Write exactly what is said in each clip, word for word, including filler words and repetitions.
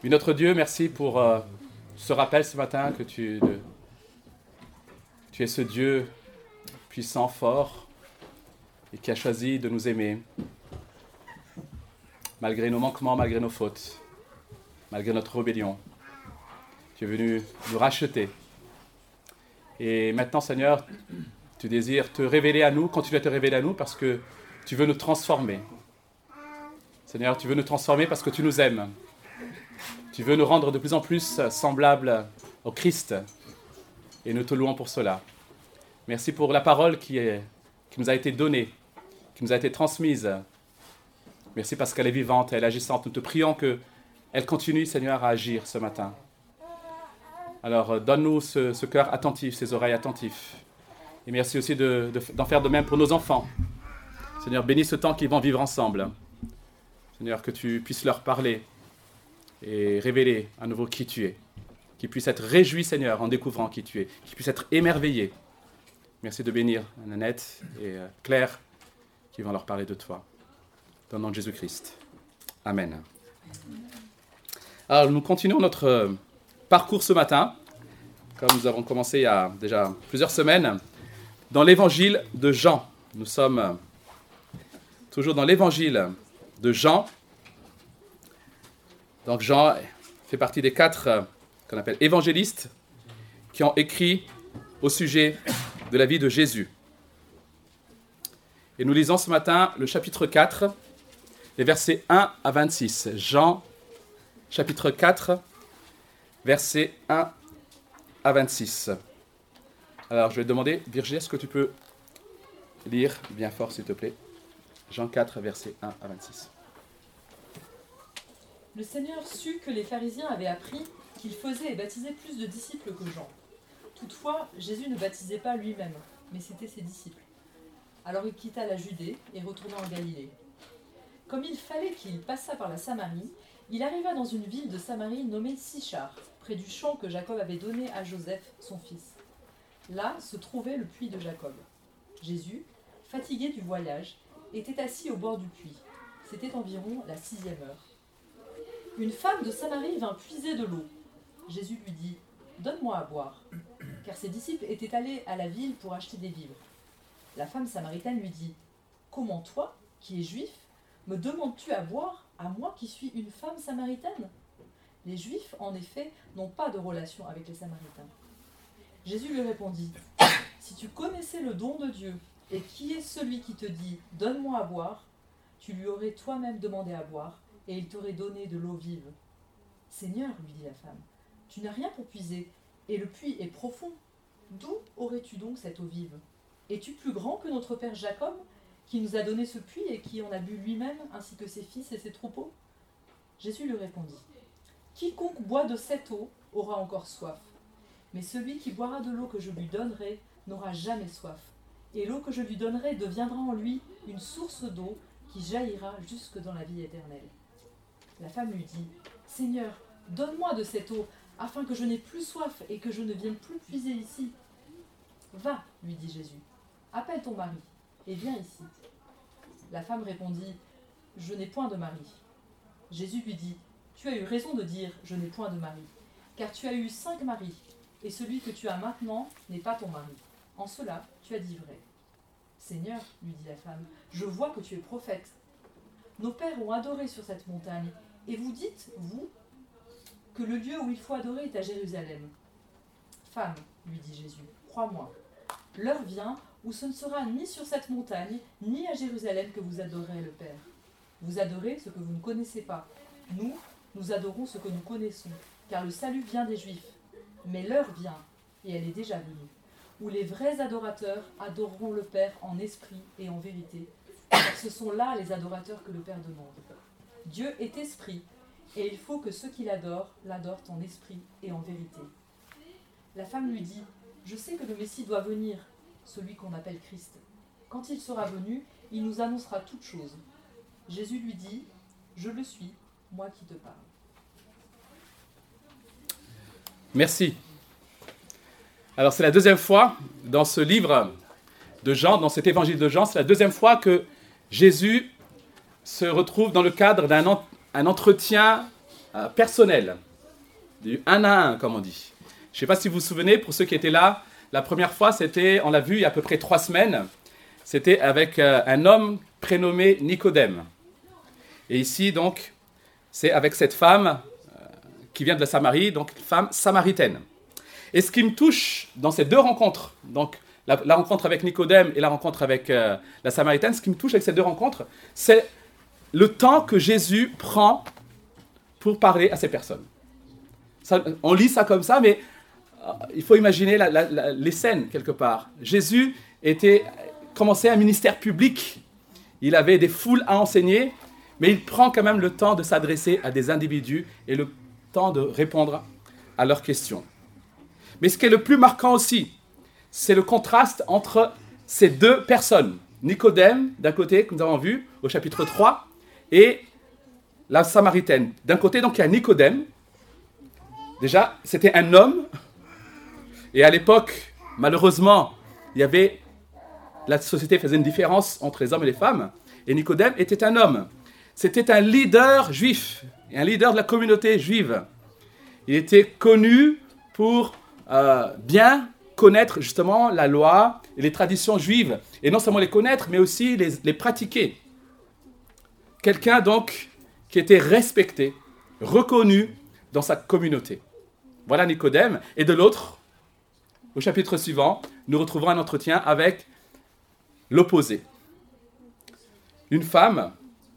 Oui, notre Dieu, merci pour euh, ce rappel ce matin que tu, de, tu es ce Dieu puissant, fort, et qui a choisi de nous aimer, malgré nos manquements, malgré nos fautes, malgré notre rébellion. Tu es venu nous racheter. Et maintenant, Seigneur, tu désires te révéler à nous, continuer à te révéler à nous, parce que tu veux nous transformer. Seigneur, tu veux nous transformer parce que tu nous aimes. Tu veux nous rendre de plus en plus semblables au Christ. Et nous te louons pour cela. Merci pour la parole qui, est, qui nous a été donnée, qui nous a été transmise. Merci parce qu'elle est vivante, elle est agissante. Nous te prions qu'elle continue, Seigneur, à agir ce matin. Alors, donne-nous ce, ce cœur attentif, ces oreilles attentives. Et merci aussi de, de, d'en faire de même pour nos enfants. Seigneur, bénis ce temps qu'ils vont vivre ensemble. Seigneur, que tu puisses leur parler et révéler à nouveau qui tu es. Qu'ils puissent être réjouis, Seigneur, en découvrant qui tu es. Qu'ils puissent être émerveillés. Merci de bénir Nanette et Claire qui vont leur parler de toi. Dans le nom de Jésus-Christ. Amen. Alors, nous continuons notre parcours ce matin, comme nous avons commencé il y a déjà plusieurs semaines, dans l'évangile de Jean. Nous sommes toujours dans l'évangile de Jean. Donc Jean fait partie des quatre euh, qu'on appelle évangélistes qui ont écrit au sujet de la vie de Jésus. Et nous lisons ce matin le chapitre quatre, les versets un à vingt-six. Jean, chapitre quatre, versets un à vingt-six. Alors je vais te demander, Virginie, est-ce que tu peux lire bien fort, s'il te plaît? Jean quatre, versets un à vingt-six. Le Seigneur sut que les pharisiens avaient appris qu'il faisait et baptisait plus de disciples que Jean. Toutefois, Jésus ne baptisait pas lui-même, mais c'était ses disciples. Alors il quitta la Judée et retourna en Galilée. Comme il fallait qu'il passât par la Samarie, il arriva dans une ville de Samarie nommée Sychar, près du champ que Jacob avait donné à Joseph, son fils. Là se trouvait le puits de Jacob. Jésus, fatigué du voyage, était assis au bord du puits. C'était environ la sixième heure. Une femme de Samarie vint puiser de l'eau. Jésus lui dit « Donne-moi à boire », car ses disciples étaient allés à la ville pour acheter des vivres. La femme samaritaine lui dit « Comment toi, qui es juif, me demandes-tu à boire, à moi qui suis une femme samaritaine ?» Les Juifs, en effet, n'ont pas de relation avec les Samaritains. Jésus lui répondit « Si tu connaissais le don de Dieu, et qui est celui qui te dit « Donne-moi à boire », tu lui aurais toi-même demandé à boire, et il t'aurait donné de l'eau vive. « Seigneur, lui dit la femme, tu n'as rien pour puiser, et le puits est profond. D'où aurais-tu donc cette eau vive? Es-tu plus grand que notre père Jacob, qui nous a donné ce puits et qui en a bu lui-même, ainsi que ses fils et ses troupeaux ?» Jésus lui répondit « Quiconque boit de cette eau aura encore soif, mais celui qui boira de l'eau que je lui donnerai n'aura jamais soif, et l'eau que je lui donnerai deviendra en lui une source d'eau qui jaillira jusque dans la vie éternelle. » La femme lui dit « Seigneur, donne-moi de cette eau, afin que je n'ai plus soif et que je ne vienne plus puiser ici. »« Va, lui dit Jésus, appelle ton mari, et viens ici. » La femme répondit « Je n'ai point de mari. » Jésus lui dit « Tu as eu raison de dire « Je n'ai point de mari », car tu as eu cinq maris, et celui que tu as maintenant n'est pas ton mari. En cela, tu as dit vrai. »« Seigneur, lui dit la femme, je vois que tu es prophète. Nos pères ont adoré sur cette montagne, et vous dites, vous, que le lieu où il faut adorer est à Jérusalem. Femme, lui dit Jésus, crois-moi, l'heure vient où ce ne sera ni sur cette montagne, ni à Jérusalem que vous adorerez le Père. Vous adorez ce que vous ne connaissez pas. Nous, nous adorons ce que nous connaissons, car le salut vient des Juifs. Mais l'heure vient, et elle est déjà venue, où les vrais adorateurs adoreront le Père en esprit et en vérité, car ce sont là les adorateurs que le Père demande. Dieu est esprit, et il faut que ceux qui l'adorent, l'adorent en esprit et en vérité. La femme lui dit, « Je sais que le Messie doit venir, celui qu'on appelle Christ. Quand il sera venu, il nous annoncera toutes choses. » Jésus lui dit, « Je le suis, moi qui te parle. » Merci. Alors c'est la deuxième fois dans ce livre de Jean, dans cet évangile de Jean, c'est la deuxième fois que Jésus se retrouve dans le cadre d'un en- un entretien euh, personnel, du un à un, comme on dit. Je ne sais pas si vous vous souvenez, pour ceux qui étaient là, la première fois, c'était, on l'a vu il y a à peu près trois semaines, c'était avec euh, un homme prénommé Nicodème. Et ici, donc, c'est avec cette femme euh, qui vient de la Samarie, donc une femme samaritaine. Et ce qui me touche dans ces deux rencontres, donc la, la rencontre avec Nicodème et la rencontre avec euh, la Samaritaine, ce qui me touche avec ces deux rencontres, c'est le temps que Jésus prend pour parler à ces personnes. Ça, on lit ça comme ça, mais euh, il faut imaginer la, la, la, les scènes quelque part. Jésus était commençait un ministère public, il avait des foules à enseigner, mais il prend quand même le temps de s'adresser à des individus et le temps de répondre à leurs questions. Mais ce qui est le plus marquant aussi, c'est le contraste entre ces deux personnes. Nicodème, d'un côté, que nous avons vu au chapitre trois, et la Samaritaine. D'un côté, donc, il y a Nicodème. Déjà, c'était un homme. Et à l'époque, malheureusement, il y avait, la société faisait une différence entre les hommes et les femmes. Et Nicodème était un homme. C'était un leader juif, un leader de la communauté juive. Il était connu pour euh, bien connaître justement la loi et les traditions juives. Et non seulement les connaître, mais aussi les, les pratiquer. Quelqu'un donc qui était respecté, reconnu dans sa communauté. Voilà Nicodème. Et de l'autre, au chapitre suivant, nous retrouverons un entretien avec l'opposé. Une femme,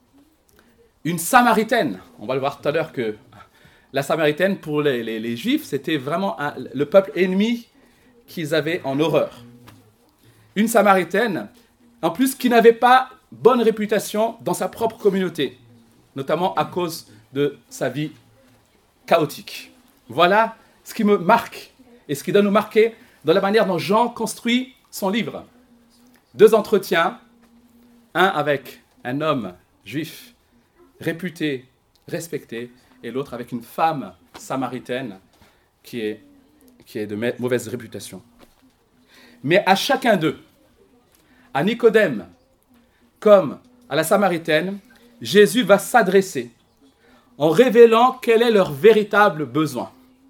une Samaritaine. On va le voir tout à l'heure que la Samaritaine, pour les, les, les Juifs, c'était vraiment un, le peuple ennemi qu'ils avaient en horreur. Une Samaritaine, en plus, qui n'avait pas bonne réputation dans sa propre communauté, notamment à cause de sa vie chaotique. Voilà ce qui me marque et ce qui doit nous marquer dans la manière dont Jean construit son livre. Deux entretiens, un avec un homme juif réputé, respecté, et l'autre avec une femme samaritaine qui est, qui est de mauvaise réputation. Mais à chacun d'eux, à Nicodème comme à la Samaritaine, Jésus va s'adresser en révélant quel est leur véritable besoin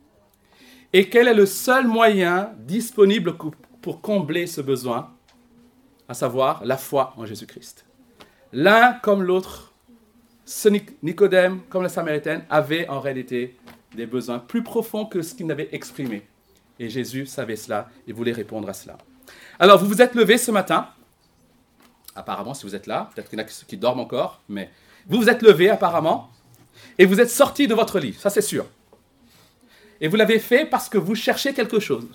et quel est le seul moyen disponible pour combler ce besoin, à savoir la foi en Jésus-Christ. L'un comme l'autre, ce Nicodème comme la Samaritaine avait en réalité des besoins plus profonds que ce qu'ils n'avaient exprimé. Et Jésus savait cela et voulait répondre à cela. Alors, vous vous êtes levés ce matin, apparemment, si vous êtes là, peut-être qu'il y en a qui dorment encore, mais vous vous êtes levés apparemment, et vous êtes sortis de votre lit, ça c'est sûr. Et vous l'avez fait parce que vous cherchez quelque chose.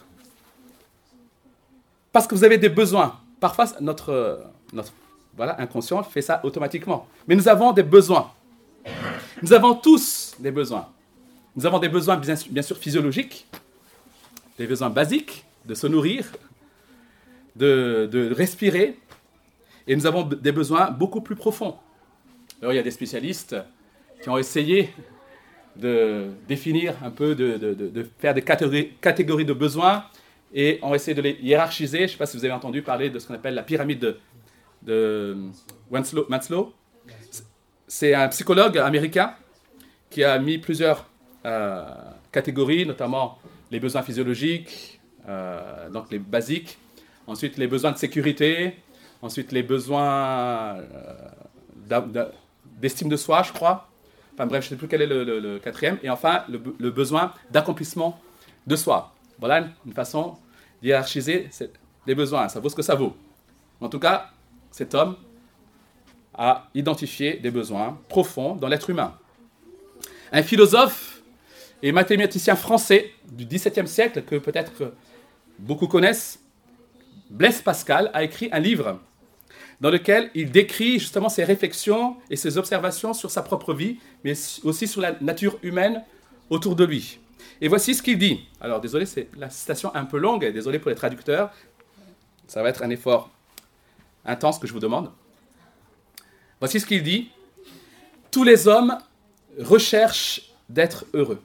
Parce que vous avez des besoins. Parfois, notre, notre voilà, inconscient fait ça automatiquement. Mais nous avons des besoins. Nous avons tous des besoins. Nous avons des besoins bien, bien sûr physiologiques, des besoins basiques, de se nourrir, de, de respirer, et nous avons des besoins beaucoup plus profonds. Alors, il y a des spécialistes qui ont essayé de définir un peu, de, de, de, de faire des catégories, catégories de besoins, et ont essayé de les hiérarchiser. Je ne sais pas si vous avez entendu parler de ce qu'on appelle la pyramide de, de Maslow. Maslow. C'est un psychologue américain qui a mis plusieurs euh, catégories, notamment les besoins physiologiques, euh, donc les basiques, ensuite les besoins de sécurité, ensuite les besoins euh, d'estime de soi, je crois. Enfin bref, je ne sais plus quel est le, le, le quatrième. Et enfin, le, le besoin d'accomplissement de soi. Voilà une façon d'hiérarchiser les besoins. Ça vaut ce que ça vaut. En tout cas, cet homme a identifié des besoins profonds dans l'être humain. Un philosophe et mathématicien français du dix-septième siècle, que peut-être beaucoup connaissent, Blaise Pascal, a écrit un livre dans lequel il décrit justement ses réflexions et ses observations sur sa propre vie, mais aussi sur la nature humaine autour de lui. Et voici ce qu'il dit. Alors, désolé, c'est la citation un peu longue, et désolé pour les traducteurs. Ça va être un effort intense que je vous demande. Voici ce qu'il dit. Tous les hommes recherchent d'être heureux.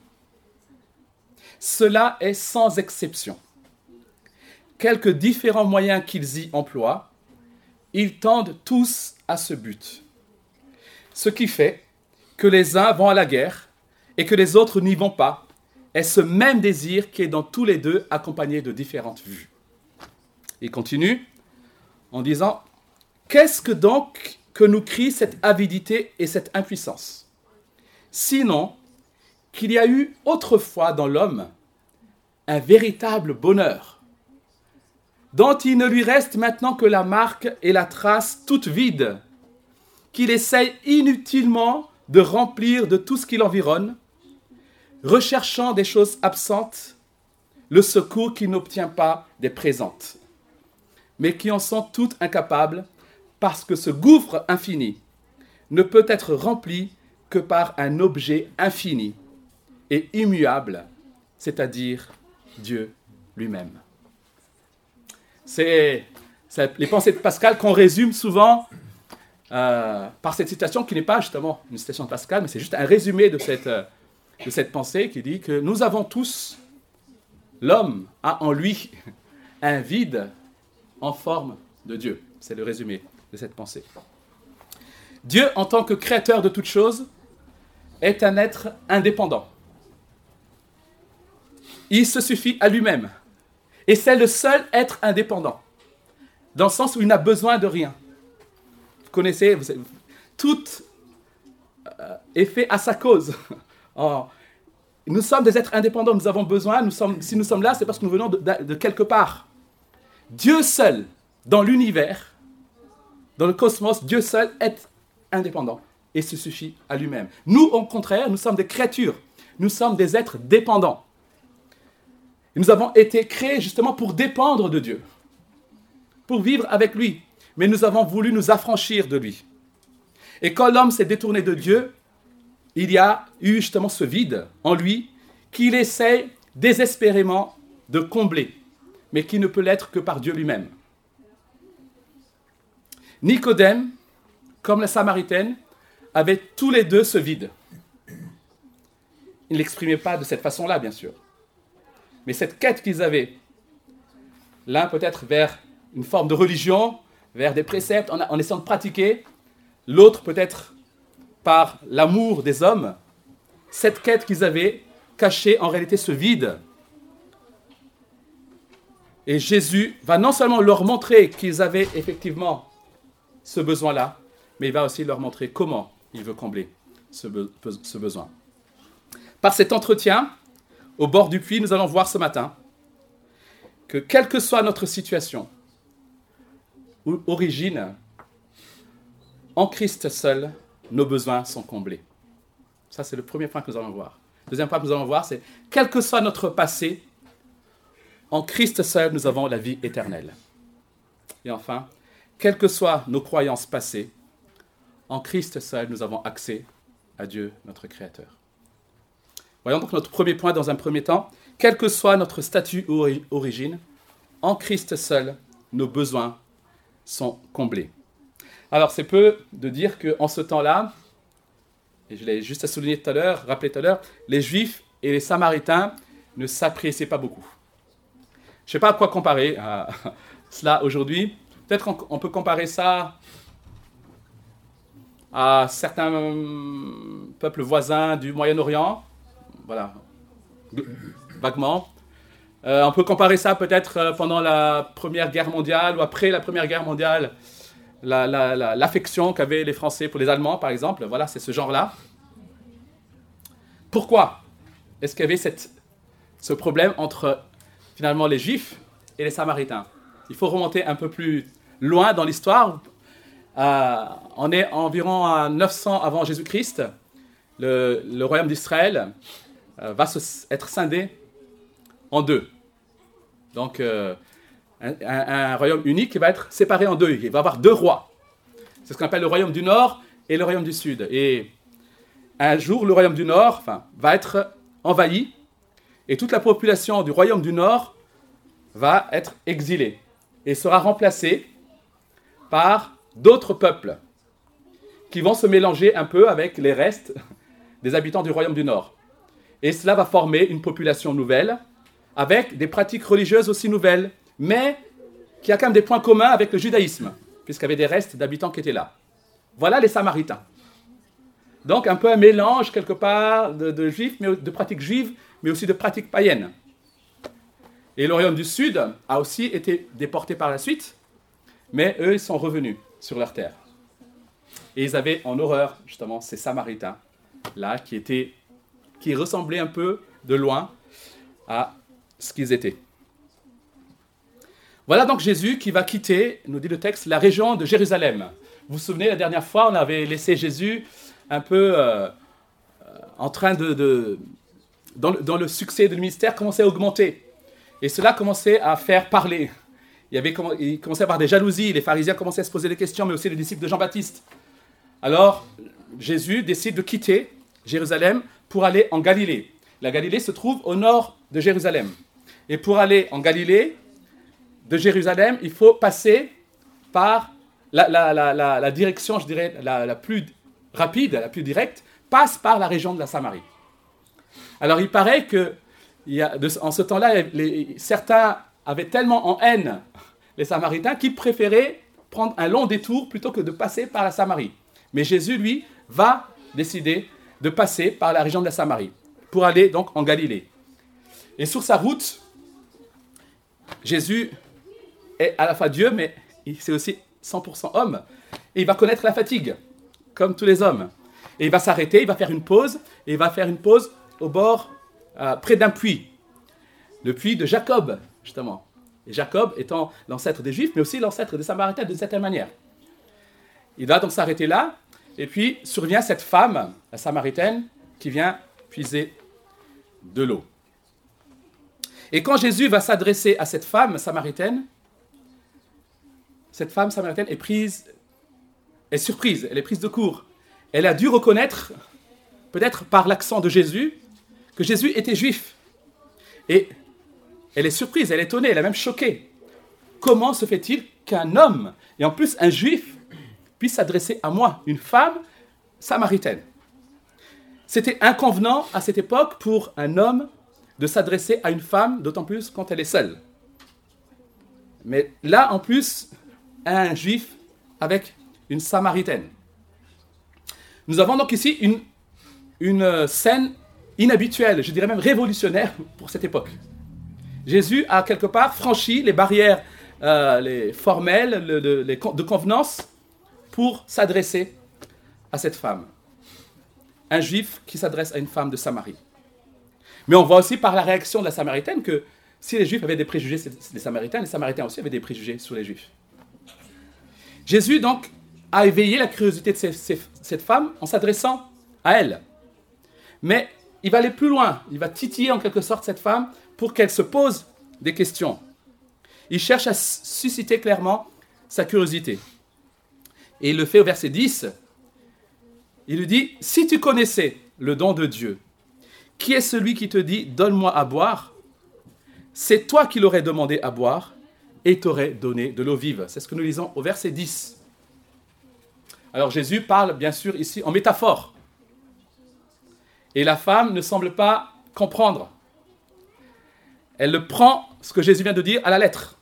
Cela est sans exception. Quelques différents moyens qu'ils y emploient, ils tendent tous à ce but. Ce qui fait que les uns vont à la guerre et que les autres n'y vont pas, est ce même désir qui est dans tous les deux accompagné de différentes vues. Il continue en disant « Qu'est-ce que donc que nous crie cette avidité et cette impuissance ? Sinon qu'il y a eu autrefois dans l'homme un véritable bonheur, dont il ne lui reste maintenant que la marque et la trace toute vide, qu'il essaye inutilement de remplir de tout ce qui l'environne, recherchant des choses absentes, le secours qu'il n'obtient pas des présentes, mais qui en sont toutes incapables, parce que ce gouffre infini ne peut être rempli que par un objet infini et immuable, c'est-à-dire Dieu lui-même. C'est, c'est les pensées de Pascal qu'on résume souvent euh, par cette citation qui n'est pas justement une citation de Pascal, mais c'est juste un résumé de cette, euh, de cette pensée qui dit que nous avons tous, l'homme a en lui un vide en forme de Dieu. C'est le résumé de cette pensée. Dieu, en tant que créateur de toutes choses, est un être indépendant. Il se suffit à lui-même. Et c'est le seul être indépendant, dans le sens où il n'a besoin de rien. Vous connaissez, vous savez, tout euh, est fait à sa cause. Oh, nous sommes des êtres indépendants, nous avons besoin, nous sommes, si nous sommes là, c'est parce que nous venons de, de, de quelque part. Dieu seul, dans l'univers, dans le cosmos, Dieu seul est indépendant et se suffit à lui-même. Nous, au contraire, nous sommes des créatures, nous sommes des êtres dépendants. Et nous avons été créés justement pour dépendre de Dieu, pour vivre avec lui. Mais nous avons voulu nous affranchir de lui. Et quand l'homme s'est détourné de Dieu, il y a eu justement ce vide en lui qu'il essaie désespérément de combler, mais qui ne peut l'être que par Dieu lui-même. Nicodème, comme la Samaritaine, avaient tous les deux ce vide. Ils ne l'exprimaient pas de cette façon-là, bien sûr. Mais cette quête qu'ils avaient, l'un peut-être vers une forme de religion, vers des préceptes, en, en essayant de pratiquer, l'autre peut-être par l'amour des hommes, cette quête qu'ils avaient cachait en réalité ce vide. Et Jésus va non seulement leur montrer qu'ils avaient effectivement ce besoin-là, mais il va aussi leur montrer comment il veut combler ce, be- ce besoin. Par cet entretien, au bord du puits, nous allons voir ce matin que quelle que soit notre situation ou origine, en Christ seul, nos besoins sont comblés. Ça, c'est le premier point que nous allons voir. Le deuxième point que nous allons voir, c'est quel que soit notre passé, en Christ seul, nous avons la vie éternelle. Et enfin, quelles que soient nos croyances passées, en Christ seul, nous avons accès à Dieu, notre Créateur. Voyons donc notre premier point dans un premier temps. Quel que soit notre statut ou ori- origine, en Christ seul, nos besoins sont comblés. Alors, c'est peu de dire qu'en ce temps-là, et je l'ai juste à souligner tout à l'heure, rappelé tout à l'heure, les Juifs et les Samaritains ne s'appréciaient pas beaucoup. Je ne sais pas à quoi comparer à cela aujourd'hui. Peut-être qu'on on peut comparer ça à certains peuples voisins du Moyen-Orient. Voilà, vaguement. Euh, on peut comparer ça peut-être pendant la Première Guerre mondiale ou après la Première Guerre mondiale, la, la, la, l'affection qu'avaient les Français pour les Allemands, par exemple. Voilà, c'est ce genre-là. Pourquoi est-ce qu'il y avait cette, ce problème entre finalement les Juifs et les Samaritains? Il faut remonter un peu plus loin dans l'histoire. Euh, on est environ à neuf cents avant Jésus-Christ. Le, le royaume d'Israël euh, va se, être scindé en deux. Donc, euh, un, un, un royaume unique qui va être séparé en deux. Il va y avoir deux rois. C'est ce qu'on appelle le royaume du Nord et le royaume du Sud. Et un jour, le royaume du Nord enfin, va être envahi et toute la population du royaume du Nord va être exilée et sera remplacée par d'autres peuples qui vont se mélanger un peu avec les restes des habitants du royaume du Nord. Et cela va former une population nouvelle, avec des pratiques religieuses aussi nouvelles, mais qui a quand même des points communs avec le judaïsme, puisqu'il y avait des restes d'habitants qui étaient là. Voilà les Samaritains. Donc un peu un mélange quelque part de, de juifs, mais de pratiques juives, mais aussi de pratiques païennes. Et le royaume du Sud a aussi été déporté par la suite, mais eux, ils sont revenus sur leur terre. Et ils avaient en horreur, justement, ces Samaritains, là, qui étaient, qui ressemblaient un peu, de loin, à ce qu'ils étaient. Voilà donc Jésus qui va quitter, nous dit le texte, la région de Jérusalem. Vous vous souvenez, la dernière fois, on avait laissé Jésus un peu euh, en train de... de dans, le, dans le succès du ministère, commençait à augmenter. Et cela commençait à faire parler. Il, y avait, il commençait à avoir des jalousies, les pharisiens commençaient à se poser des questions, mais aussi les disciples de Jean-Baptiste. Alors, Jésus décide de quitter Jérusalem pour aller en Galilée. La Galilée se trouve au nord de Jérusalem. Et pour aller en Galilée, de Jérusalem, il faut passer par la, la, la, la, la direction, je dirais, la, la plus rapide, la plus directe, passe par la région de la Samarie. Alors, il paraît que il y a, de, en ce temps-là, les, certains avaient tellement en haine les Samaritains qu'ils préféraient prendre un long détour plutôt que de passer par la Samarie. Mais Jésus, lui, va décider de passer par la région de la Samarie pour aller donc en Galilée. Et sur sa route, Jésus est à la fois Dieu, mais c'est aussi cent pour cent homme. Et il va connaître la fatigue, comme tous les hommes. Et il va s'arrêter, il va faire une pause, et il va faire une pause au bord, euh, près d'un puits. Le puits de Jacob, justement. Et Jacob étant l'ancêtre des Juifs, mais aussi l'ancêtre des Samaritains d'une certaine manière. Il va donc s'arrêter là, et puis survient cette femme, la Samaritaine, qui vient puiser de l'eau. Et quand Jésus va s'adresser à cette femme samaritaine, cette femme samaritaine est prise, est surprise, elle est prise de court. Elle a dû reconnaître, peut-être par l'accent de Jésus, que Jésus était juif. Et elle est surprise, elle est étonnée, elle est même choquée. Comment se fait-il qu'un homme, et en plus un juif, puisse s'adresser à moi, une femme samaritaine? C'était inconvenant à cette époque pour un homme de s'adresser à une femme, d'autant plus quand elle est seule. Mais là, en plus, un juif avec une samaritaine. Nous avons donc ici une, une scène inhabituelle, je dirais même révolutionnaire pour cette époque. Jésus a quelque part franchi les barrières euh, les formelles le, le, les, de convenance pour s'adresser à cette femme. Un juif qui s'adresse à une femme de Samarie. Mais on voit aussi par la réaction de la Samaritaine que si les Juifs avaient des préjugés sur les Samaritains, les Samaritains aussi avaient des préjugés sur les Juifs. Jésus donc a éveillé la curiosité de ces, ces, cette femme en s'adressant à elle. Mais il va aller plus loin, il va titiller en quelque sorte cette femme pour qu'elle se pose des questions. Il cherche à susciter clairement sa curiosité. Et il le fait au verset dix. Il lui dit « Si tu connaissais le don de Dieu, qui est celui qui te dit « Donne-moi à boire » C'est toi qui l'aurais demandé à boire et t'aurais donné de l'eau vive. C'est ce que nous lisons au verset dix. Alors Jésus parle bien sûr ici en métaphore. Et la femme ne semble pas comprendre. Elle le prend, ce que Jésus vient de dire, à la lettre.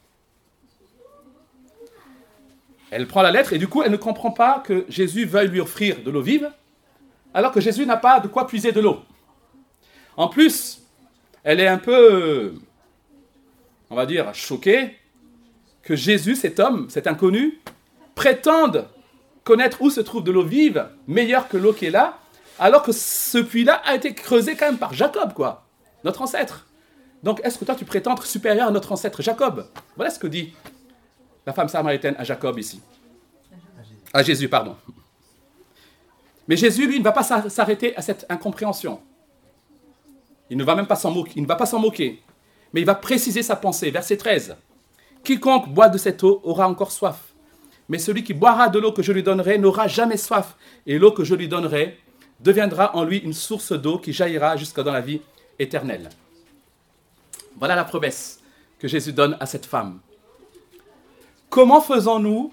Elle prend la lettre et du coup, elle ne comprend pas que Jésus veuille lui offrir de l'eau vive, alors que Jésus n'a pas de quoi puiser de l'eau. En plus, elle est un peu, on va dire, choquée que Jésus, cet homme, cet inconnu, prétende connaître où se trouve de l'eau vive, meilleure que l'eau qui est là, alors que ce puits-là a été creusé quand même par Jacob, quoi, notre ancêtre. Donc, est-ce que toi, tu prétends être supérieur à notre ancêtre Jacob? Voilà ce que dit la femme samaritaine à Jacob ici. À Jésus, pardon. Mais Jésus, lui, ne va pas s'arrêter à cette incompréhension. Il ne va même pas s'en moquer, il ne va pas s'en moquer. Mais il va préciser sa pensée. Verset treize. Quiconque boit de cette eau aura encore soif. Mais celui qui boira de l'eau que je lui donnerai n'aura jamais soif. Et l'eau que je lui donnerai deviendra en lui une source d'eau qui jaillira jusque dans la vie éternelle. Voilà la promesse que Jésus donne à cette femme. Comment faisons-nous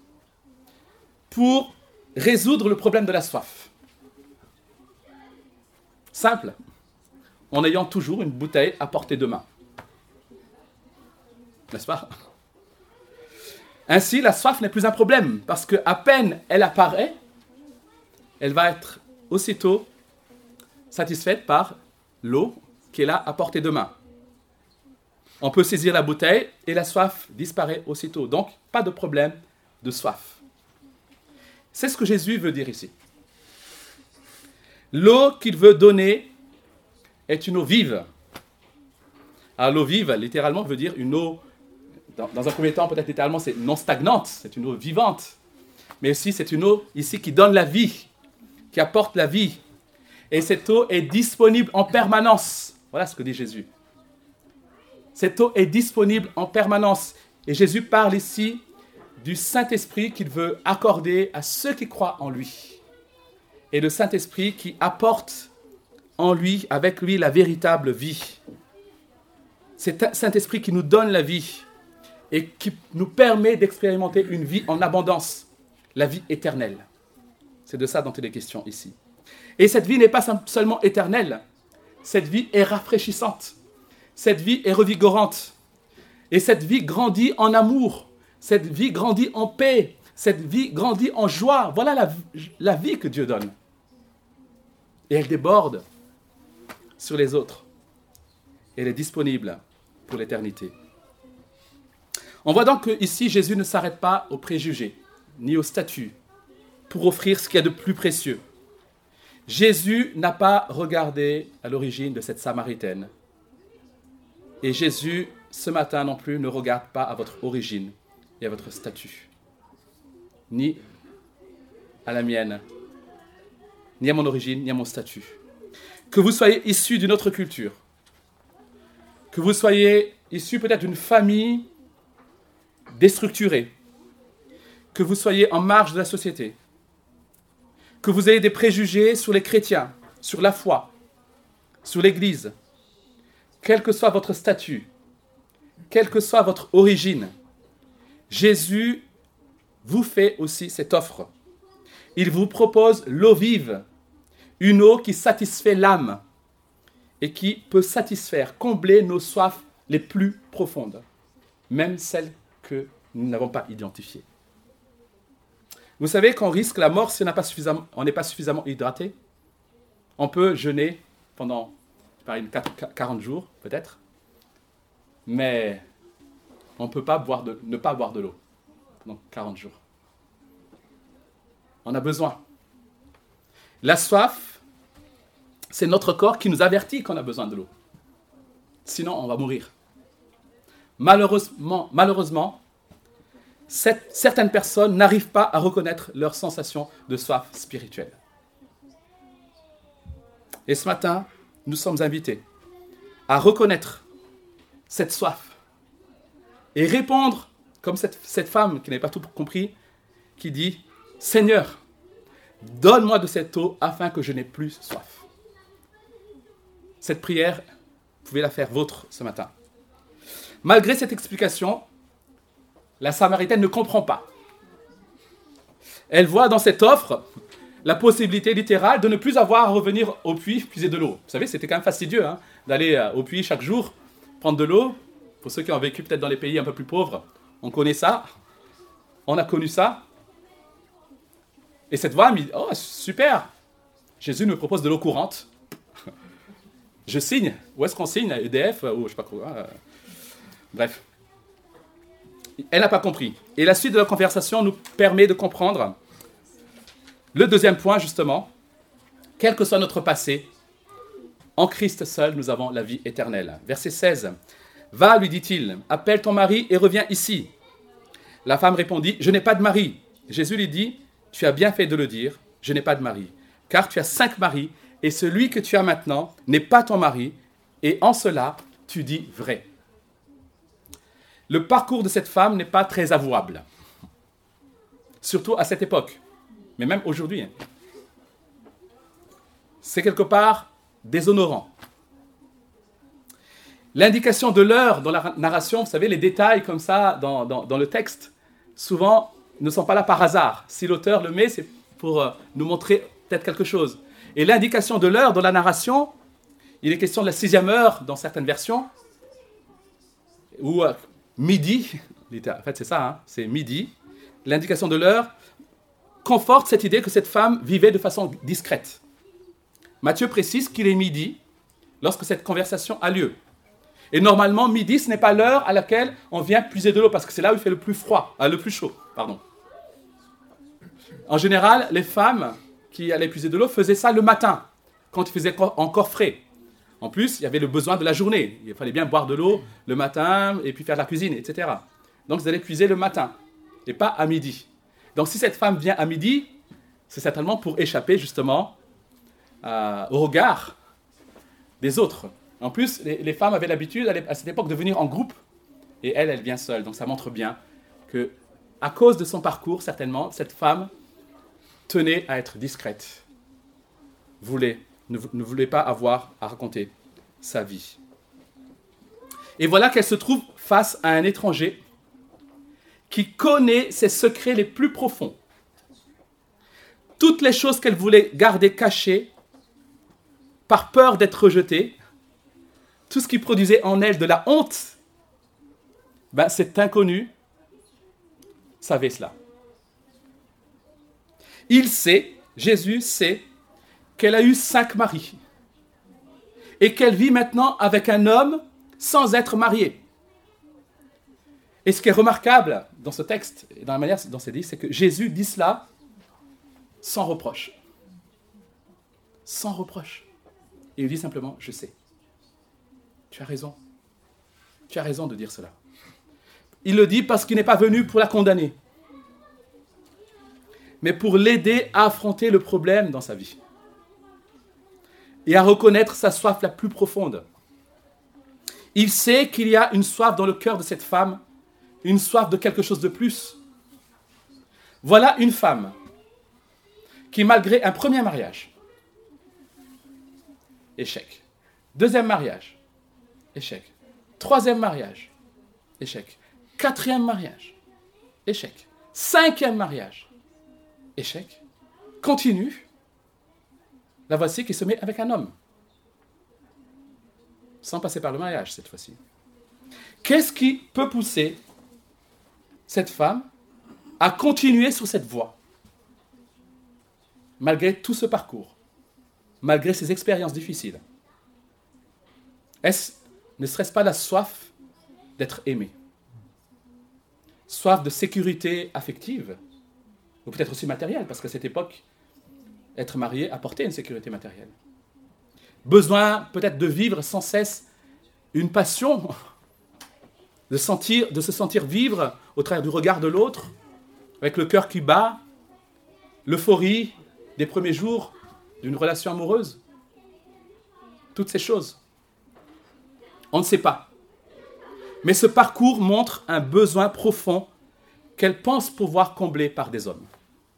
pour résoudre le problème de la soif? Simple, en ayant toujours une bouteille à portée de main. N'est-ce pas? Ainsi, la soif n'est plus un problème, parce qu'à peine elle apparaît, elle va être aussitôt satisfaite par l'eau qui est là à portée de main. On peut saisir la bouteille et la soif disparaît aussitôt. Donc, pas de problème de soif. C'est ce que Jésus veut dire ici. L'eau qu'il veut donner est une eau vive. Alors, l'eau vive, littéralement, veut dire une eau, dans, dans un premier temps, peut-être littéralement, c'est non stagnante, c'est une eau vivante. Mais aussi, c'est une eau ici qui donne la vie, qui apporte la vie. Et cette eau est disponible en permanence. Voilà ce que dit Jésus. Cette eau est disponible en permanence. Et Jésus parle ici du Saint-Esprit qu'il veut accorder à ceux qui croient en lui. Et le Saint-Esprit qui apporte en lui, avec lui, la véritable vie. C'est un Saint-Esprit qui nous donne la vie et qui nous permet d'expérimenter une vie en abondance, la vie éternelle. C'est de ça dont il est question ici. Et cette vie n'est pas seulement éternelle, cette vie est rafraîchissante, cette vie est revigorante, et cette vie grandit en amour, cette vie grandit en paix, cette vie grandit en joie. Voilà la, la vie que Dieu donne. Et elle déborde sur les autres. Elle est disponible pour l'éternité. On voit donc qu'ici, Jésus ne s'arrête pas aux préjugés, ni aux statuts, pour offrir ce qu'il y a de plus précieux. Jésus n'a pas regardé à l'origine de cette Samaritaine. Et Jésus, ce matin non plus, ne regarde pas à votre origine et à votre statut, ni à la mienne, ni à mon origine, ni à mon statut. Que vous soyez issus d'une autre culture, que vous soyez issus peut-être d'une famille déstructurée, que vous soyez en marge de la société, que vous ayez des préjugés sur les chrétiens, sur la foi, sur l'Église, quel que soit votre statut, quelle que soit votre origine, Jésus vous fait aussi cette offre. Il vous propose l'eau vive, une eau qui satisfait l'âme et qui peut satisfaire, combler nos soifs les plus profondes, même celles que nous n'avons pas identifiées. Vous savez qu'on risque la mort si on n'a pas suffisamment, on n'est pas suffisamment hydraté. On peut jeûner pendant quarante jours, peut-être, mais on ne peut pas boire de, ne pas boire de l'eau pendant quarante jours. On a besoin. La soif, c'est notre corps qui nous avertit qu'on a besoin de l'eau. Sinon, on va mourir. Malheureusement, malheureusement cette, certaines personnes n'arrivent pas à reconnaître leur sensation de soif spirituelle. Et ce matin, nous sommes invités à reconnaître cette soif et répondre, comme cette, cette femme qui n'avait pas tout compris, qui dit « Seigneur, donne-moi de cette eau afin que je n'ai plus soif. » Cette prière, vous pouvez la faire vôtre ce matin. Malgré cette explication, la Samaritaine ne comprend pas. Elle voit dans cette offre la possibilité littérale de ne plus avoir à revenir au puits puiser de l'eau. Vous savez, c'était quand même fastidieux hein, d'aller au puits chaque jour, prendre de l'eau. Pour ceux qui ont vécu peut-être dans les pays un peu plus pauvres, on connaît ça. On a connu ça. Et cette femme, il dit, oh super, Jésus nous propose de l'eau courante. Je signe. Où est-ce qu'on signe? E D F ou je ne sais pas quoi. Euh... Bref. Elle n'a pas compris. Et la suite de la conversation nous permet de comprendre le deuxième point, justement. Quel que soit notre passé, en Christ seul, nous avons la vie éternelle. Verset seize. Va, lui dit-il, appelle ton mari et reviens ici. La femme répondit, je n'ai pas de mari. Jésus lui dit, tu as bien fait de le dire, je n'ai pas de mari. Car tu as cinq maris, et celui que tu as maintenant n'est pas ton mari, et en cela, tu dis vrai. Le parcours de cette femme n'est pas très avouable. Surtout à cette époque, mais même aujourd'hui. C'est quelque part déshonorant. L'indication de l'heure dans la narration, vous savez, les détails comme ça dans, dans, dans le texte, souvent ne sont pas là par hasard. Si l'auteur le met, c'est pour euh, nous montrer peut-être quelque chose. Et l'indication de l'heure dans la narration, il est question de la sixième heure dans certaines versions, ou euh, midi, en fait c'est ça, hein, c'est midi. L'indication de l'heure conforte cette idée que cette femme vivait de façon discrète. Matthieu précise qu'il est midi lorsque cette conversation a lieu. Et normalement, midi, ce n'est pas l'heure à laquelle on vient puiser de l'eau, parce que c'est là où il fait le plus froid, euh, le plus chaud, pardon. En général, les femmes qui allaient puiser de l'eau faisaient ça le matin, quand il faisait encore frais. En plus, il y avait le besoin de la journée. Il fallait bien boire de l'eau le matin et puis faire de la cuisine, et cetera. Donc, ils allaient puiser le matin et pas à midi. Donc, si cette femme vient à midi, c'est certainement pour échapper justement euh, au regard des autres. En plus, les, les femmes avaient l'habitude à cette époque de venir en groupe et elle, elle vient seule. Donc, ça montre bien que, à cause de son parcours, certainement, cette femme tenait à être discrète, voulait, ne, ne voulait pas avoir à raconter sa vie. Et voilà qu'elle se trouve face à un étranger qui connaît ses secrets les plus profonds. Toutes les choses qu'elle voulait garder cachées par peur d'être rejetée, tout ce qui produisait en elle de la honte, ben cet inconnu savait cela. Il sait, Jésus sait, qu'elle a eu cinq maris et qu'elle vit maintenant avec un homme sans être mariée. Et ce qui est remarquable dans ce texte et dans la manière dont c'est dit, c'est que Jésus dit cela sans reproche. Sans reproche. Et il dit simplement, je sais. Tu as raison. Tu as raison de dire cela. Il le dit parce qu'il n'est pas venu pour la condamner, mais pour l'aider à affronter le problème dans sa vie et à reconnaître sa soif la plus profonde. Il sait qu'il y a une soif dans le cœur de cette femme, une soif de quelque chose de plus. Voilà une femme qui, malgré un premier mariage, échec. Deuxième mariage, échec. Troisième mariage, échec. Quatrième mariage, échec. Cinquième mariage, échec. Continue. La voici qui se met avec un homme. Sans passer par le mariage cette fois-ci. Qu'est-ce qui peut pousser cette femme à continuer sur cette voie, malgré tout ce parcours, malgré ces expériences difficiles? Est-ce, ne serait-ce pas la soif d'être aimé? Soif de sécurité affective, ou peut-être aussi matérielle, parce qu'à cette époque, être marié apportait une sécurité matérielle. Besoin peut-être de vivre sans cesse une passion, de, sentir, de se sentir vivre au travers du regard de l'autre, avec le cœur qui bat, l'euphorie des premiers jours d'une relation amoureuse. Toutes ces choses. On ne sait pas. Mais ce parcours montre un besoin profond qu'elle pense pouvoir combler par des hommes.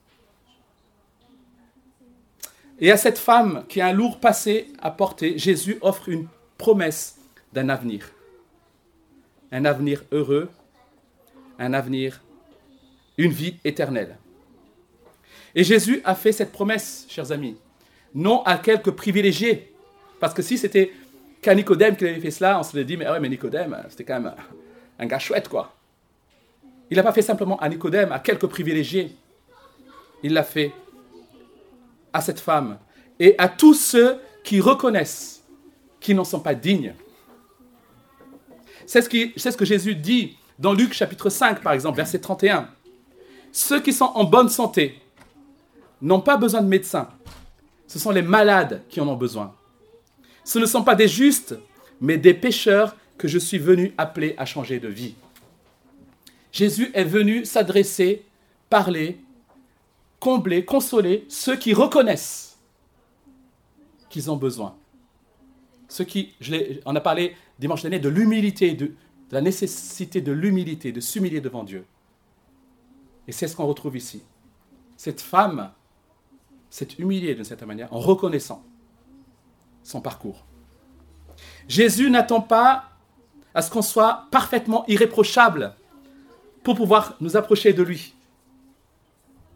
Et à cette femme qui a un lourd passé à porter, Jésus offre une promesse d'un avenir. Un avenir heureux, un avenir, une vie éternelle. Et Jésus a fait cette promesse, chers amis, non à quelques privilégiés, parce que si c'était qu'à Nicodème qui avait fait cela, on se serait dit, mais ouais, mais Nicodème, c'était quand même un gars chouette, quoi. Il n'a pas fait simplement à Nicodème, à quelques privilégiés. Il l'a fait à cette femme et à tous ceux qui reconnaissent qu'ils n'en sont pas dignes. C'est ce, qui, c'est ce que Jésus dit dans Luc chapitre cinq, par exemple, verset trente et un. Ceux qui sont en bonne santé n'ont pas besoin de médecin. Ce sont les malades qui en ont besoin. Ce ne sont pas des justes, mais des pécheurs que je suis venu appeler à changer de vie. Jésus est venu s'adresser, parler, combler, consoler ceux qui reconnaissent qu'ils ont besoin. Ceux qui, je l'ai, on a parlé dimanche dernier de l'humilité, de, de la nécessité de l'humilité, de s'humilier devant Dieu. Et c'est ce qu'on retrouve ici. Cette femme s'est humiliée d'une certaine manière en reconnaissant son parcours. Jésus n'attend pas à ce qu'on soit parfaitement irréprochable pour pouvoir nous approcher de lui. Pourquoi ?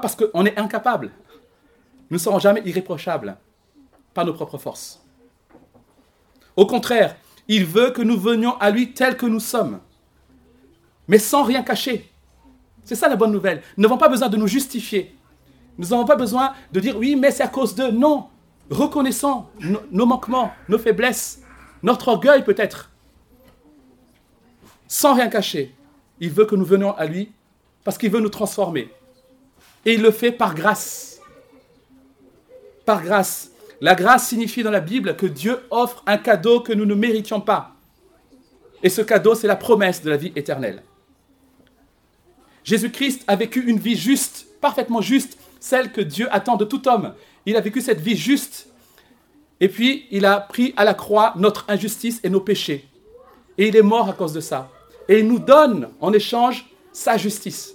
Parce qu'on est incapable. Nous ne serons jamais irréprochables par nos propres forces. Au contraire, il veut que nous venions à lui tels que nous sommes, mais sans rien cacher. C'est ça la bonne nouvelle. Nous n'avons pas besoin de nous justifier, Nous n'avons pas besoin de dire, oui, mais c'est à cause de... Non, reconnaissons nos, nos manquements, nos faiblesses, notre orgueil peut-être. Sans rien cacher. Il veut que nous venions à lui parce qu'il veut nous transformer. Et il le fait par grâce. Par grâce. La grâce signifie dans la Bible que Dieu offre un cadeau que nous ne méritions pas. Et ce cadeau, c'est la promesse de la vie éternelle. Jésus-Christ a vécu une vie juste, parfaitement juste, celle que Dieu attend de tout homme. Il a vécu cette vie juste. Et puis, il a pris à la croix notre injustice et nos péchés. Et il est mort à cause de ça. Et il nous donne en échange sa justice.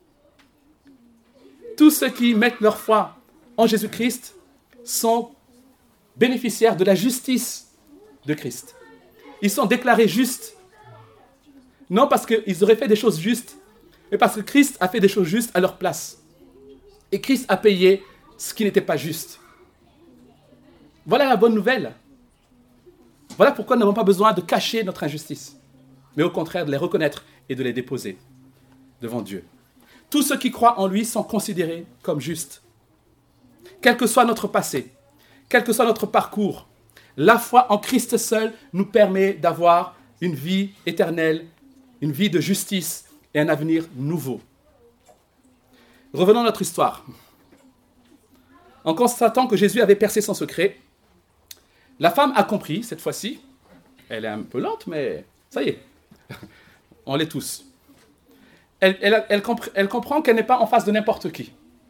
Tous ceux qui mettent leur foi en Jésus-Christ sont bénéficiaires de la justice de Christ. Ils sont déclarés justes. Non parce qu'ils auraient fait des choses justes, mais parce que Christ a fait des choses justes à leur place. Et Christ a payé ce qui n'était pas juste. Voilà la bonne nouvelle. Voilà pourquoi nous n'avons pas besoin de cacher notre injustice, mais au contraire de les reconnaître et de les déposer devant Dieu. Tous ceux qui croient en lui sont considérés comme justes. Quel que soit notre passé, quel que soit notre parcours, la foi en Christ seul nous permet d'avoir une vie éternelle, une vie de justice et un avenir nouveau. Revenons à notre histoire. En constatant que Jésus avait percé son secret, la femme a compris, cette fois-ci, elle est un peu lente, mais ça y est, on l'est tous. Elle, elle, elle, compre- elle comprend qu'elle n'est pas en face de n'importe qui.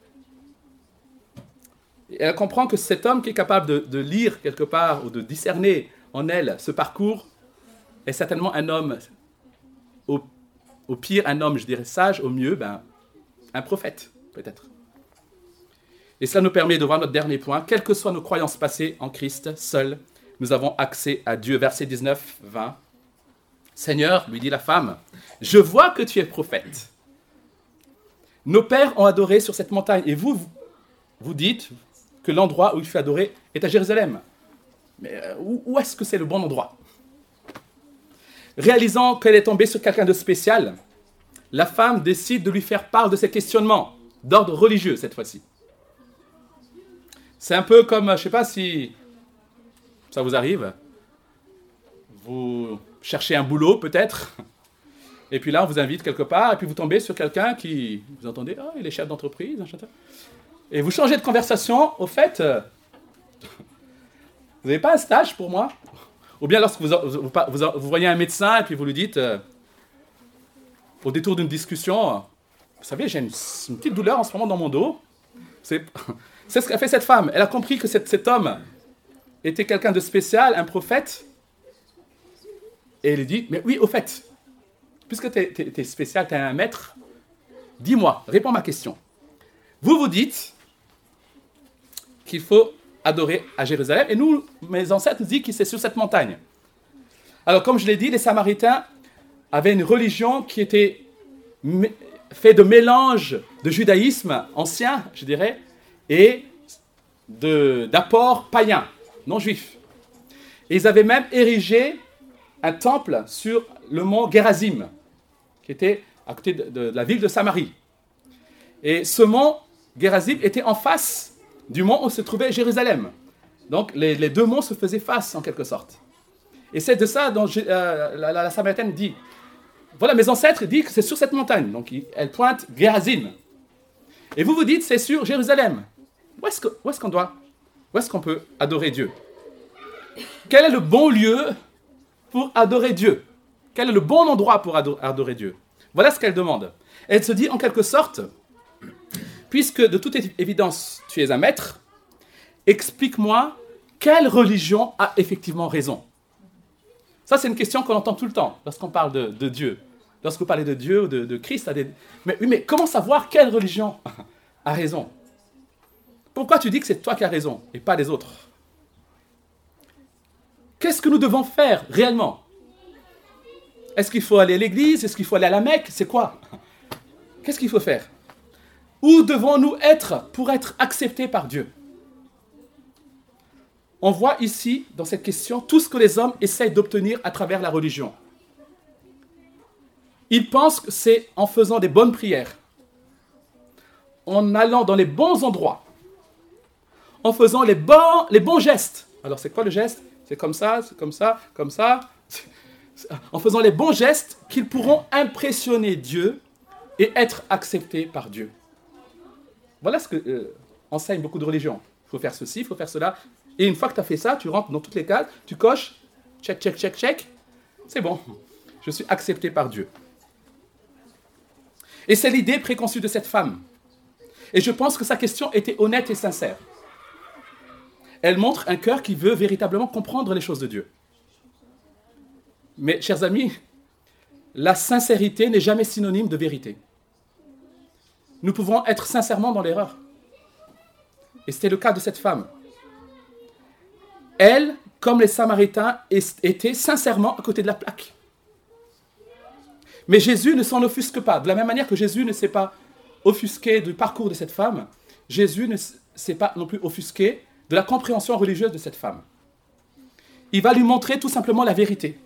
Elle comprend que cet homme qui est capable de, de lire quelque part ou de discerner en elle ce parcours est certainement un homme, au, au pire un homme, je dirais sage, au mieux, ben, un prophète, peut-être. Et cela nous permet de voir notre dernier point. Quelles que soient nos croyances passées en Christ, seuls, nous avons accès à Dieu. Verset dix-neuf, vingt. Seigneur, lui dit la femme, je vois que tu es prophète. Nos pères ont adoré sur cette montagne. Et vous, vous, vous dites que l'endroit où il fut adoré est à Jérusalem. Mais euh, où, où est-ce que c'est le bon endroit? Réalisant qu'elle est tombée sur quelqu'un de spécial, la femme décide de lui faire part de ses questionnements, d'ordre religieux cette fois-ci. C'est un peu comme, je ne sais pas si ça vous arrive, vous cherchez un boulot peut-être, et puis là on vous invite quelque part, et puis vous tombez sur quelqu'un qui, vous entendez, oh, il est chef d'entreprise, et vous changez de conversation, au fait, euh, vous n'avez pas un stage pour moi? Ou bien lorsque vous, vous, vous, vous voyez un médecin, et puis vous lui dites, euh, au détour d'une discussion, vous savez, j'ai une, une petite douleur en ce moment dans mon dos, c'est... C'est ce qu'a fait cette femme. Elle a compris que cet, cet homme était quelqu'un de spécial, un prophète. Et elle lui dit, mais oui, au fait, puisque tu es spécial, tu es un maître, dis-moi, réponds à ma question. Vous vous dites qu'il faut adorer à Jérusalem, et nous, mes ancêtres nous disent que c'est sur cette montagne. Alors, comme je l'ai dit, les Samaritains avaient une religion qui était faite de mélange de judaïsme ancien, je dirais, et d'apports païens, non juifs. Et ils avaient même érigé un temple sur le mont Gérazim, qui était à côté de, de, de la ville de Samarie. Et ce mont Gérazim était en face du mont où se trouvait Jérusalem. Donc les, les deux monts se faisaient face en quelque sorte. Et c'est de ça dont euh, la, la, la Samaritaine dit, voilà, mes ancêtres disent que c'est sur cette montagne. Donc elle pointe Gérazim. Et vous vous dites, c'est sur Jérusalem. Où est-ce que, où est-ce qu'on doit, où est-ce qu'on peut adorer Dieu? Quel est le bon lieu pour adorer Dieu? Quel est le bon endroit pour adorer Dieu? Voilà ce qu'elle demande. Elle se dit en quelque sorte, puisque de toute évidence tu es un maître, explique-moi quelle religion a effectivement raison. Ça, c'est une question qu'on entend tout le temps lorsqu'on parle de, de Dieu. Lorsque vous parlez de Dieu ou de, de Christ, des... mais, mais comment savoir quelle religion a raison? Pourquoi tu dis que c'est toi qui as raison et pas les autres? Qu'est-ce que nous devons faire réellement? Est-ce qu'il faut aller à l'église? Est-ce qu'il faut aller à la Mecque? C'est quoi? Qu'est-ce qu'il faut faire? Où devons-nous être pour être acceptés par Dieu? On voit ici, dans cette question, tout ce que les hommes essayent d'obtenir à travers la religion. Ils pensent que c'est en faisant des bonnes prières, en allant dans les bons endroits, en faisant les bons, les bons gestes. Alors c'est quoi le geste? C'est comme ça, c'est comme ça, comme ça. En faisant les bons gestes qu'ils pourront impressionner Dieu et être acceptés par Dieu. Voilà ce que euh, enseignent beaucoup de religions. Il faut faire ceci, il faut faire cela. Et une fois que tu as fait ça, tu rentres dans toutes les cases, tu coches, check, check, check, check. C'est bon, je suis accepté par Dieu. Et c'est l'idée préconçue de cette femme. Et je pense que sa question était honnête et sincère. Elle montre un cœur qui veut véritablement comprendre les choses de Dieu. Mais, chers amis, la sincérité n'est jamais synonyme de vérité. Nous pouvons être sincèrement dans l'erreur. Et c'était le cas de cette femme. Elle, comme les Samaritains, était sincèrement à côté de la plaque. Mais Jésus ne s'en offusque pas. De la même manière que Jésus ne s'est pas offusqué du parcours de cette femme, Jésus ne s'est pas non plus offusqué de la compréhension religieuse de cette femme. Il va lui montrer tout simplement la vérité.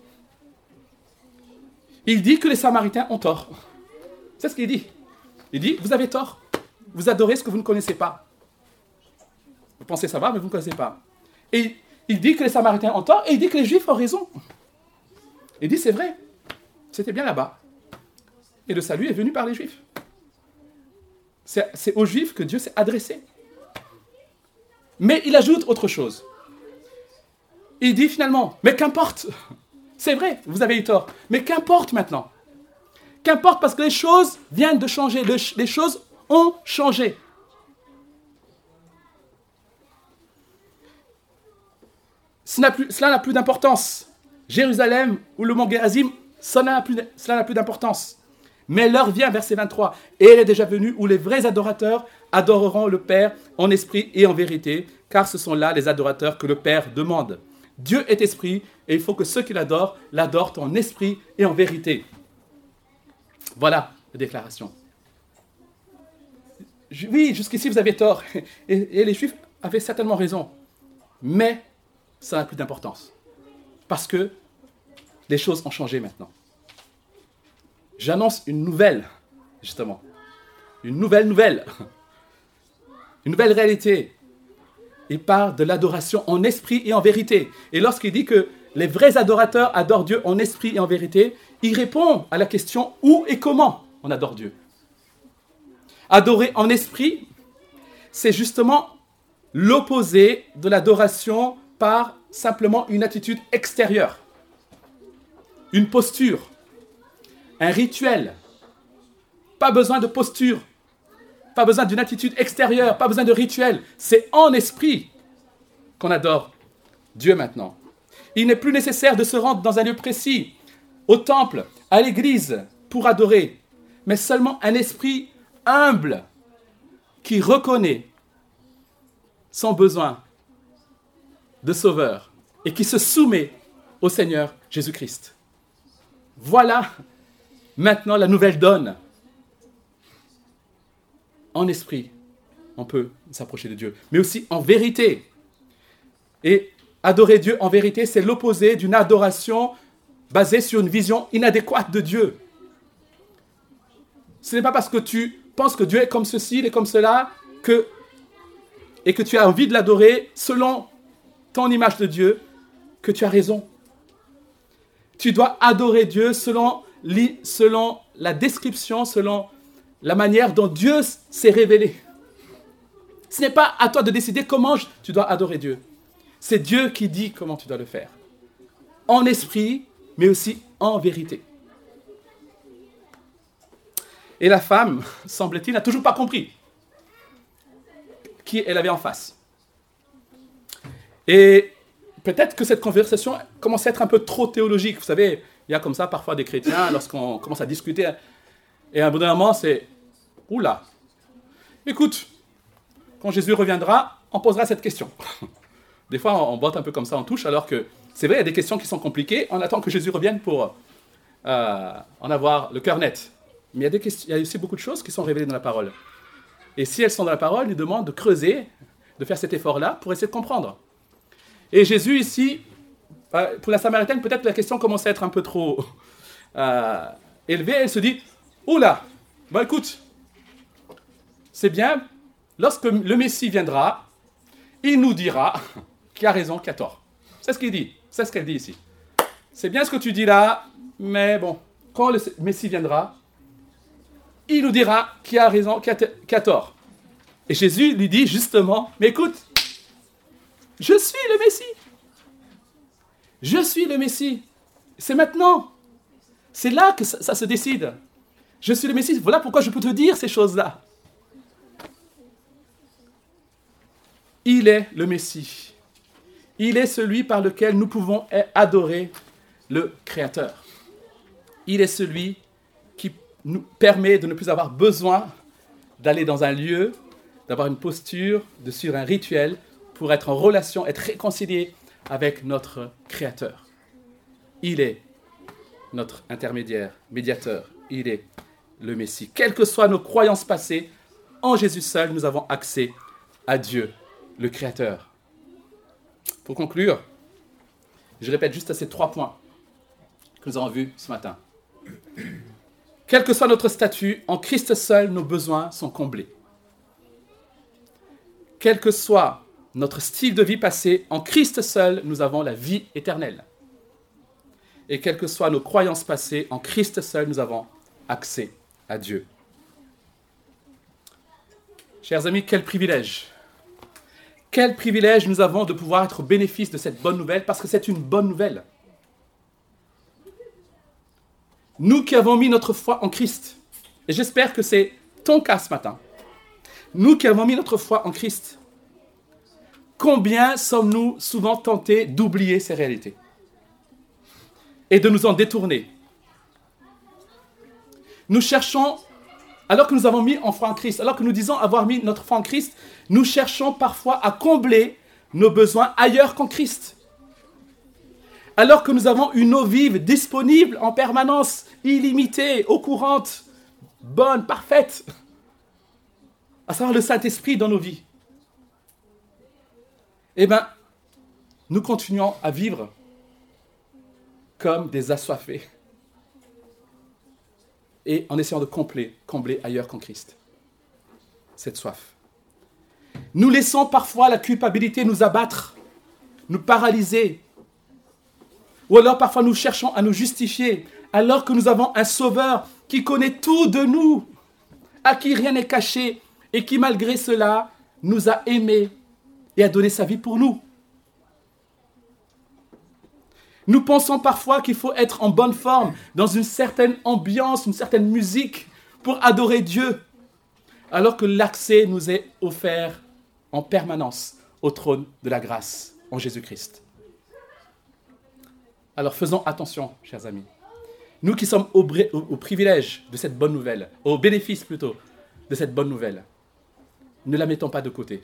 Il dit que les Samaritains ont tort. C'est ce qu'il dit. Il dit, vous avez tort. Vous adorez ce que vous ne connaissez pas. Vous pensez savoir, mais vous ne connaissez pas. Et il dit que les Samaritains ont tort, et il dit que les Juifs ont raison. Il dit, c'est vrai. C'était bien là-bas. Et le salut est venu par les Juifs. C'est, c'est aux Juifs que Dieu s'est adressé. Mais il ajoute autre chose. Il dit finalement, mais qu'importe. C'est vrai, vous avez eu tort. Mais qu'importe maintenant. Qu'importe parce que les choses viennent de changer. Le, les choses ont changé. Cela n'a plus, cela n'a plus d'importance. Jérusalem ou le mont Gérazim, cela n'a plus, cela n'a plus d'importance. Mais l'heure vient, verset vingt-trois, et elle est déjà venue où les vrais adorateurs adoreront le Père en esprit et en vérité, car ce sont là les adorateurs que le Père demande. Dieu est esprit, et il faut que ceux qui l'adorent, l'adorent en esprit et en vérité. Voilà la déclaration. Oui, jusqu'ici vous avez tort, et, et les Juifs avaient certainement raison, mais ça n'a plus d'importance, parce que les choses ont changé maintenant. J'annonce une nouvelle, justement, une nouvelle nouvelle, une nouvelle réalité. Il parle de l'adoration en esprit et en vérité. Et lorsqu'il dit que les vrais adorateurs adorent Dieu en esprit et en vérité, il répond à la question où et comment on adore Dieu. Adorer en esprit, c'est justement l'opposé de l'adoration par simplement une attitude extérieure, une posture, un rituel. Pas besoin de posture, pas besoin d'une attitude extérieure, pas besoin de rituel. C'est en esprit qu'on adore Dieu maintenant. Il n'est plus nécessaire de se rendre dans un lieu précis, au temple, à l'église, pour adorer, mais seulement un esprit humble qui reconnaît son besoin de sauveur et qui se soumet au Seigneur Jésus-Christ. Voilà maintenant la nouvelle donne. En esprit, on peut s'approcher de Dieu, mais aussi en vérité. Et adorer Dieu en vérité, c'est l'opposé d'une adoration basée sur une vision inadéquate de Dieu. Ce n'est pas parce que tu penses que Dieu est comme ceci, il est comme cela, que, et que tu as envie de l'adorer selon ton image de Dieu, que tu as raison. Tu dois adorer Dieu selon, selon la description, selon la manière dont Dieu s'est révélé. Ce n'est pas à toi de décider comment tu dois adorer Dieu. C'est Dieu qui dit comment tu dois le faire. En esprit, mais aussi en vérité. Et la femme, semble-t-il, n'a toujours pas compris qui elle avait en face. Et peut-être que cette conversation commence à être un peu trop théologique. Vous savez, il y a comme ça parfois des chrétiens, lorsqu'on commence à discuter, et à un bout d'un moment, c'est « Oula, écoute, quand Jésus reviendra, on posera cette question. » Des fois, on botte un peu comme ça, on touche, alors que c'est vrai, il y a des questions qui sont compliquées. On attend que Jésus revienne pour euh, en avoir le cœur net. Mais il y, a des questions, il y a aussi beaucoup de choses qui sont révélées dans la parole. Et si elles sont dans la parole, il demande de creuser, de faire cet effort-là pour essayer de comprendre. Et Jésus, ici, euh, pour la Samaritaine, peut-être la question commence à être un peu trop euh, élevée. Elle se dit « Oula, bah écoute, c'est bien, lorsque le Messie viendra, il nous dira qui a raison, qui a tort. C'est ce qu'il dit, c'est ce qu'elle dit ici. C'est bien ce que tu dis là, mais bon, quand le Messie viendra, il nous dira qui a raison, qui a, qui a tort. Et Jésus lui dit justement, mais écoute, je suis le Messie. Je suis le Messie. C'est maintenant. C'est là que ça, ça se décide. Je suis le Messie. Voilà pourquoi je peux te dire ces choses-là. Il est le Messie. Il est celui par lequel nous pouvons adorer le Créateur. Il est celui qui nous permet de ne plus avoir besoin d'aller dans un lieu, d'avoir une posture, de suivre un rituel pour être en relation, être réconcilié avec notre Créateur. Il est notre intermédiaire, médiateur. Il est le Messie. Quelles que soient nos croyances passées, en Jésus seul, nous avons accès à Dieu, le Créateur. Pour conclure, je répète juste ces trois points que nous avons vus ce matin. Quel que soit notre statut, en Christ seul, nos besoins sont comblés. Quel que soit notre style de vie passé, en Christ seul, nous avons la vie éternelle. Et quelles que soient nos croyances passées, en Christ seul, nous avons accès à Dieu. Chers amis, quel privilège! Quel privilège nous avons de pouvoir être au bénéfice de cette bonne nouvelle, parce que c'est une bonne nouvelle. Nous qui avons mis notre foi en Christ, et j'espère que c'est ton cas ce matin, nous qui avons mis notre foi en Christ, combien sommes-nous souvent tentés d'oublier ces réalités et de nous en détourner? Nous cherchons, alors que nous avons mis en foi en Christ, alors que nous disons avoir mis notre foi en Christ, nous cherchons parfois à combler nos besoins ailleurs qu'en Christ. Alors que nous avons une eau vive disponible en permanence, illimitée, eau courante, bonne, parfaite, à savoir le Saint-Esprit dans nos vies. Eh bien, nous continuons à vivre comme des assoiffés et en essayant de combler, combler ailleurs qu'en Christ cette soif. Nous laissons parfois la culpabilité nous abattre, nous paralyser, ou alors parfois nous cherchons à nous justifier alors que nous avons un Sauveur qui connaît tout de nous, à qui rien n'est caché et qui malgré cela nous a aimés et a donné sa vie pour nous. Nous pensons parfois qu'il faut être en bonne forme, dans une certaine ambiance, une certaine musique, pour adorer Dieu, alors que l'accès nous est offert en permanence au trône de la grâce en Jésus-Christ. Alors faisons attention, chers amis. Nous qui sommes au, au, au privilège de cette bonne nouvelle, au bénéfice plutôt de cette bonne nouvelle, ne la mettons pas de côté.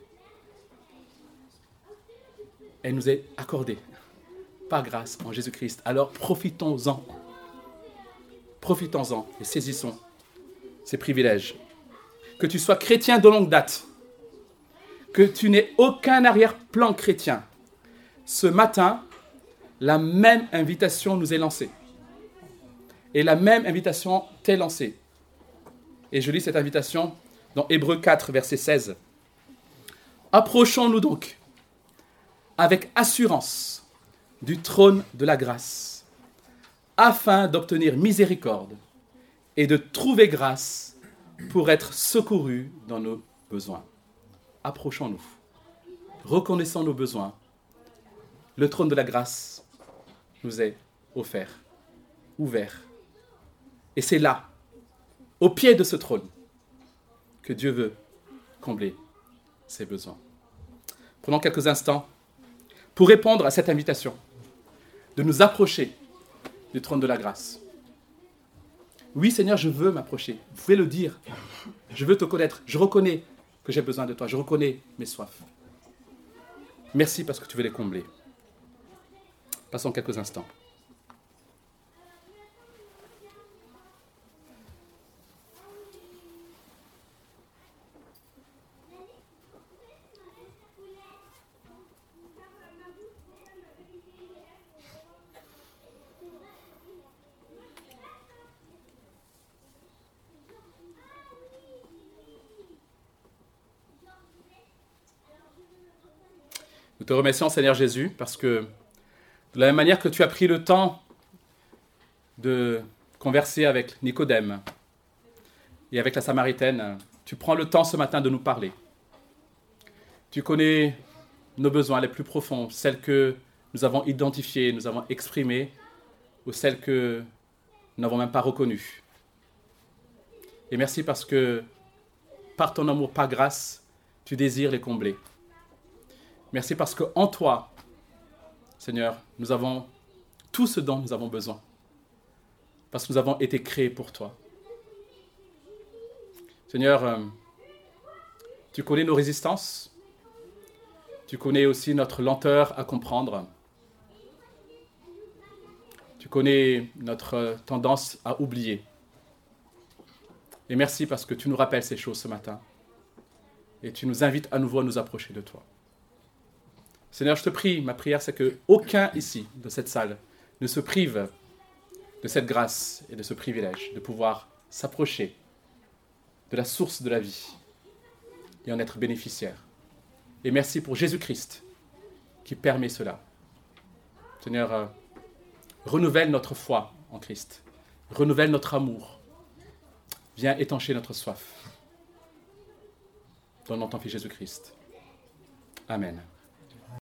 Elle nous est accordée par grâce en Jésus-Christ. Alors profitons-en. Profitons-en et saisissons ces privilèges. Que tu sois chrétien de longue date, que tu n'aies aucun arrière-plan chrétien, ce matin, la même invitation nous est lancée. Et la même invitation t'est lancée. Et je lis cette invitation dans Hébreux quatre, verset seize. Approchons-nous donc avec assurance du trône de la grâce, afin d'obtenir miséricorde et de trouver grâce pour être secourus dans nos besoins. Approchons-nous, reconnaissons nos besoins. Le trône de la grâce nous est offert, ouvert. Et c'est là, au pied de ce trône, que Dieu veut combler ses besoins. Prenons quelques instants pour répondre à cette invitation de nous approcher du trône de la grâce. Oui, Seigneur, je veux m'approcher. Vous pouvez le dire. Je veux te connaître. Je reconnais que j'ai besoin de toi. Je reconnais mes soifs. Merci parce que tu veux les combler. Passons quelques instants. te remercions, Seigneur Jésus, parce que de la même manière que tu as pris le temps de converser avec Nicodème et avec la Samaritaine, tu prends le temps ce matin de nous parler. Tu connais nos besoins les plus profonds, celles que nous avons identifiées, nous avons exprimées, ou celles que nous n'avons même pas reconnues. Et merci parce que, par ton amour, par grâce, tu désires les combler. Merci parce qu'en toi, Seigneur, nous avons tout ce dont nous avons besoin. Parce que nous avons été créés pour toi. Seigneur, euh, tu connais nos résistances. Tu connais aussi notre lenteur à comprendre. Tu connais notre tendance à oublier. Et merci parce que tu nous rappelles ces choses ce matin. Et tu nous invites à nouveau à nous approcher de toi. Seigneur, je te prie, ma prière, c'est qu'aucun ici, de cette salle, ne se prive de cette grâce et de ce privilège de pouvoir s'approcher de la source de la vie et en être bénéficiaire. Et merci pour Jésus-Christ qui permet cela. Seigneur, euh, renouvelle notre foi en Christ. Renouvelle notre amour. Viens étancher notre soif. Dans le nom de ton Fils Jésus-Christ. Amen.